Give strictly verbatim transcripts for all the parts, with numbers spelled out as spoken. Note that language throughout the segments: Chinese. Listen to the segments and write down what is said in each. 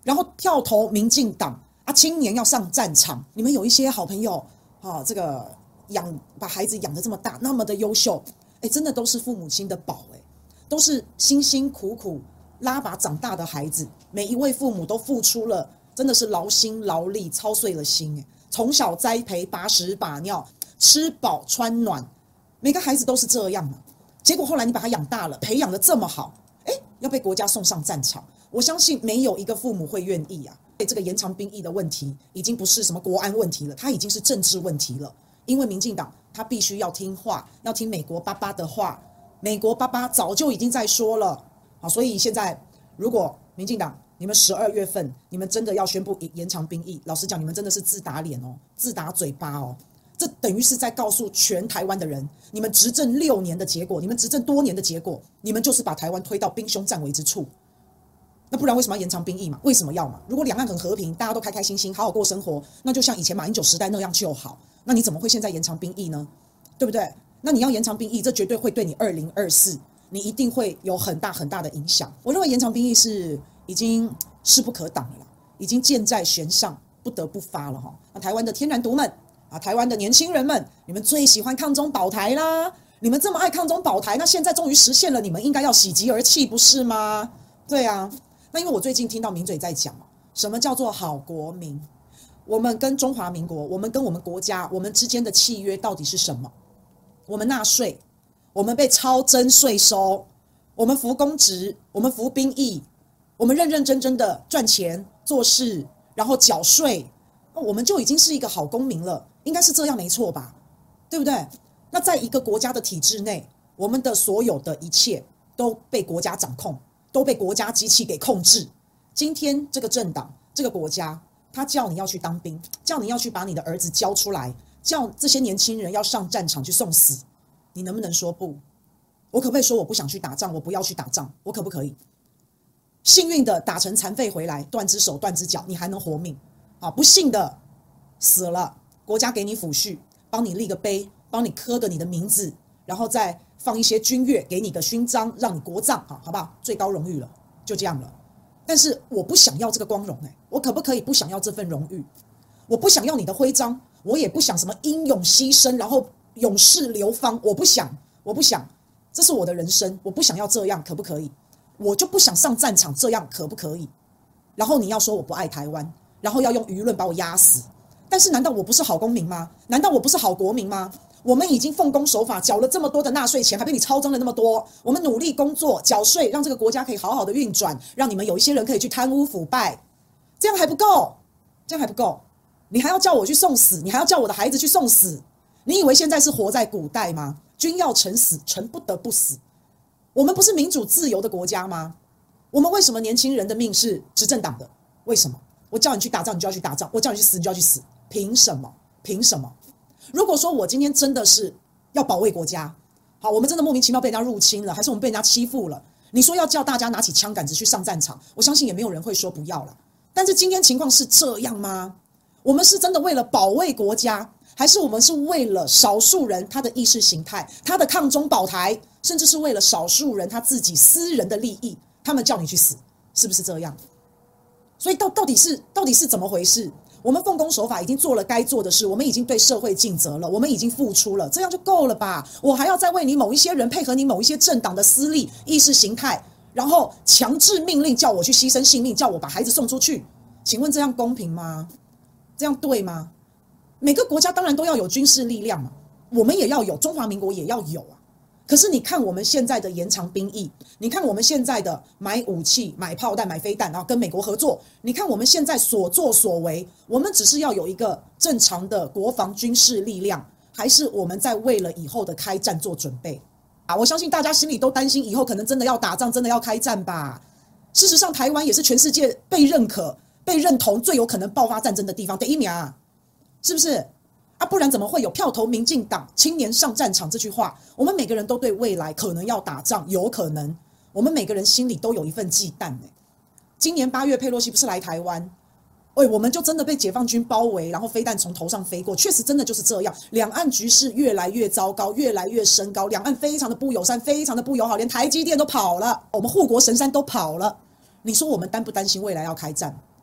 然后跳投民进党啊，青年要上战场。你们有一些好朋友啊，这个养把孩子养得这么大，那么的优秀，哎，真的都是父母亲的宝，哎，都是辛辛苦苦拉拔长大的孩子，每一位父母都付出了，真的是劳心劳力，操碎了心，哎，从小栽培，把屎把尿，吃饱穿暖，每个孩子都是这样嘛。结果后来你把他养大了，培养得这么好，哎，要被国家送上战场，我相信没有一个父母会愿意啊。这个延长兵役的问题已经不是什么国安问题了，它已经是政治问题了。因为民进党他必须要听话，要听美国爸爸的话。美国爸爸早就已经在说了，好，所以现在如果民进党你们十二月份你们真的要宣布延长兵役，老实讲，你们真的是自打脸哦，自打嘴巴哦。这等于是在告诉全台湾的人，你们执政六年的结果，你们执政多年的结果，你们就是把台湾推到兵凶战危之处。那不然为什么要延长兵役嘛？为什么要嘛？如果两岸很和平，大家都开开心心，好好过生活，那就像以前马英九时代那样就好。那你怎么会现在延长兵役呢？对不对？那你要延长兵役，这绝对会对你二零二四，你一定会有很大很大的影响。我认为延长兵役是已经势不可挡了啦，已经箭在弦上，不得不发了哈。那台湾的天然独们啊，台湾的年轻人们，你们最喜欢抗中保台啦，你们这么爱抗中保台，那现在终于实现了，你们应该要喜极而泣，不是吗？对啊。那因为我最近听到名嘴在讲什么叫做好国民，我们跟中华民国，我们跟我们国家，我们之间的契约到底是什么？我们纳税，我们被超征税收，我们服公职，我们服兵役，我们认认真真的赚钱做事，然后缴税，我们就已经是一个好公民了，应该是这样没错吧？对不对？那在一个国家的体制内，我们的所有的一切都被国家掌控，都被国家机器给控制。今天这个政党，这个国家，他叫你要去当兵，叫你要去把你的儿子交出来，叫这些年轻人要上战场去送死，你能不能说不？我可不可以说我不想去打仗，我不要去打仗？我可不可以？幸运的打成残废回来，断只手断只脚，你还能活命啊！不幸的死了，国家给你抚恤，帮你立个碑，帮你刻个你的名字，然后再放一些军乐，给你个勋章，让你国葬啊，好不好？最高荣誉了，就这样了。但是我不想要这个光荣，欸，我可不可以不想要这份荣誉？我不想要你的徽章，我也不想什么英勇牺牲，然后勇士流芳，我不想，我不想，这是我的人生，我不想要这样，可不可以？我就不想上战场，这样可不可以？然后你要说我不爱台湾，然后要用舆论把我压死，但是难道我不是好公民吗？难道我不是好国民吗？我们已经奉公守法，缴了这么多的纳税钱，还被你超征了那么多。我们努力工作，缴税，让这个国家可以好好的运转，让你们有一些人可以去贪污腐败，这样还不够，这样还不够，你还要叫我去送死，你还要叫我的孩子去送死。你以为现在是活在古代吗？君要臣死，臣不得不死。我们不是民主自由的国家吗？我们为什么年轻人的命是执政党的？为什么？我叫你去打仗，你就要去打仗；我叫你去死，你就要去死。凭什么？凭什么？如果说我今天真的是要保卫国家，好，我们真的莫名其妙被人家入侵了，还是我们被人家欺负了？你说要叫大家拿起枪杆子去上战场，我相信也没有人会说不要了。但是今天情况是这样吗？我们是真的为了保卫国家，还是我们是为了少数人他的意识形态，他的抗中保台，甚至是为了少数人他自己私人的利益，他们叫你去死，是不是这样？所以到到底是到底是怎么回事？我们奉公守法已经做了该做的事，我们已经对社会尽责了，我们已经付出了，这样就够了吧？我还要再为你某一些人配合你某一些政党的私利意识形态，然后强制命令叫我去牺牲性命，叫我把孩子送出去，请问这样公平吗？这样对吗？每个国家当然都要有军事力量嘛，我们也要有，中华民国也要有啊。可是你看我们现在的延长兵役，你看我们现在的买武器、买炮弹、买飞弹，然后跟美国合作，你看我们现在所作所为，我们只是要有一个正常的国防军事力量，还是我们在为了以后的开战做准备啊？我相信大家心里都担心以后可能真的要打仗，真的要开战吧。事实上台湾也是全世界被认可、被认同最有可能爆发战争的地方，第一名啊，是不是啊？不然怎么会有票投民进党青年上战场这句话？我们每个人都对未来可能要打仗，有可能我们每个人心里都有一份忌惮、欸、今年八月佩洛西不是来台湾，喂，我们就真的被解放军包围，然后飞弹从头上飞过，确实真的就是这样。两岸局势越来越糟糕，越来越升高，两岸非常的不友善，非常的不友好，连台积电都跑了，我们护国神山都跑了。你说我们担不担心未来要开战？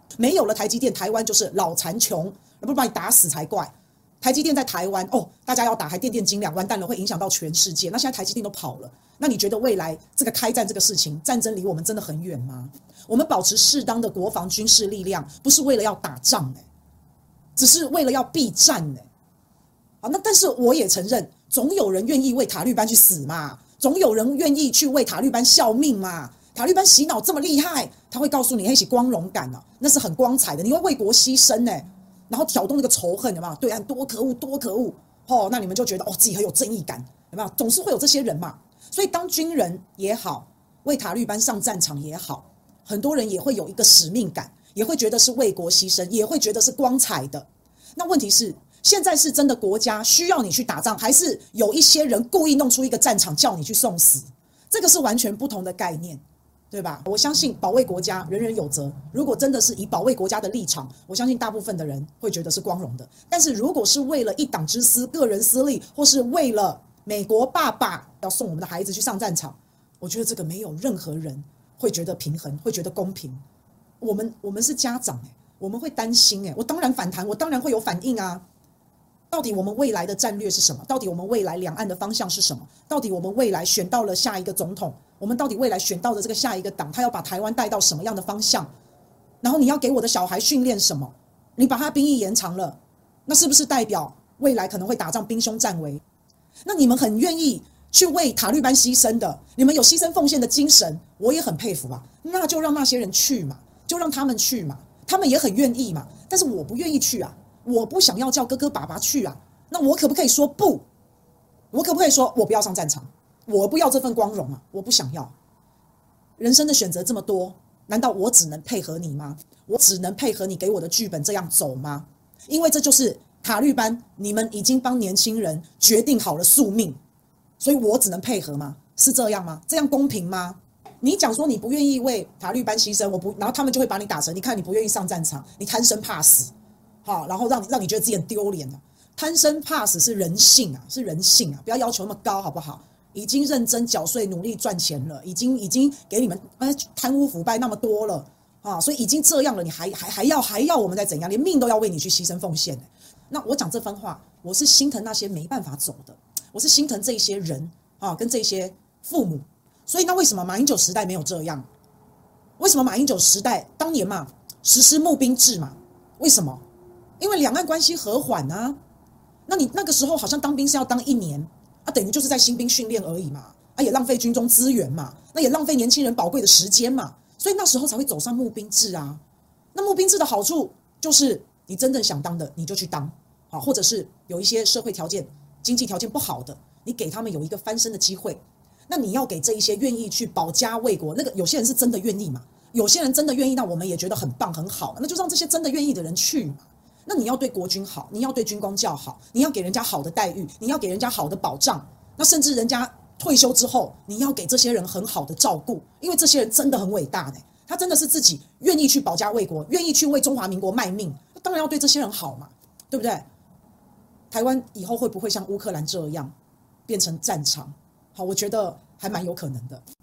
没有了台积电，台湾就是老残穷，不把你打死才怪。台积电在台湾哦，大家要打还电电斤两，完蛋了，会影响到全世界。那现在台积电都跑了，那你觉得未来这个开战这个事情，战争离我们真的很远吗？我们保持适当的国防军事力量，不是为了要打仗哎、欸，只是为了要避战哎、欸。好，那但是我也承认，总有人愿意为塔利班去死嘛，总有人愿意去为塔利班效命嘛。塔利班洗脑这么厉害，他会告诉你那些光荣感啊，那是很光彩的，你会为国牺牲哎、欸。然后挑动那个仇恨，有没有？对岸多可恶，多可恶！哦，那你们就觉得哦，自己很有正义感，有没有？总是会有这些人嘛。所以当军人也好，为塔利班上战场也好，很多人也会有一个使命感，也会觉得是为国牺牲，也会觉得是光彩的。那问题是，现在是真的国家需要你去打仗，还是有一些人故意弄出一个战场叫你去送死？这个是完全不同的概念。对吧？我相信保卫国家人人有责。如果真的是以保卫国家的立场，我相信大部分的人会觉得是光荣的。但是如果是为了一党之私、个人私利，或是为了美国爸爸要送我们的孩子去上战场，我觉得这个没有任何人会觉得平衡，会觉得公平。我们我们是家长哎、欸，我们会担心哎、欸，我当然反弹，我当然会有反应啊。到底我们未来的战略是什么？到底我们未来两岸的方向是什么？到底我们未来选到了下一个总统？我们到底未来选到的这个下一个党，他要把台湾带到什么样的方向？然后你要给我的小孩训练什么？你把他兵役延长了，那是不是代表未来可能会打仗兵凶战危？那你们很愿意去为塔利班牺牲的，你们有牺牲奉献的精神，我也很佩服啊。那就让那些人去嘛，就让他们去嘛，他们也很愿意嘛。但是我不愿意去啊，我不想要叫哥哥爸爸去啊。那我可不可以说不？我可不可以说我不要上战场？我不要这份光荣啊！我不想要。人生的选择这么多，难道我只能配合你吗？我只能配合你给我的剧本这样走吗？因为这就是塔利班，你们已经帮年轻人决定好了宿命，所以我只能配合吗？是这样吗？这样公平吗？你讲说你不愿意为塔利班牺牲，我不，然后他们就会把你打成，你看你不愿意上战场，你贪生怕死，好，然后让你让你觉得自己很丢脸啊！贪生怕死是人性啊，是人性啊，不要要求那么高，好不好？已经认真缴税、努力赚钱了，已经已经给你们呃贪污腐败那么多了啊，所以已经这样了，你还还还要还要我们再怎样，连命都要为你去牺牲奉献、欸。那我讲这番话，我是心疼那些没办法走的，我是心疼这些人啊，跟这些父母。所以那为什么马英九时代没有这样？为什么马英九时代当年嘛实施募兵制嘛？为什么？因为两岸关系和缓啊。那你那个时候好像当兵是要当一年。啊，等于就是在新兵训练而已嘛，啊，也浪费军中资源嘛，那也浪费年轻人宝贵的时间嘛，所以那时候才会走上募兵制啊。那募兵制的好处就是，你真正想当的你就去当，啊，或者是有一些社会条件、经济条件不好的，你给他们有一个翻身的机会。那你要给这一些愿意去保家卫国，那个有些人是真的愿意嘛，有些人真的愿意，那我们也觉得很棒很好，那就让这些真的愿意的人去嘛。那你要对国军好，你要对军公教好，你要给人家好的待遇，你要给人家好的保障，那甚至人家退休之后，你要给这些人很好的照顾，因为这些人真的很伟大的，他真的是自己愿意去保家卫国，愿意去为中华民国卖命，那当然要对这些人好嘛，对不对？台湾以后会不会像乌克兰这样变成战场？好，我觉得还蛮有可能的。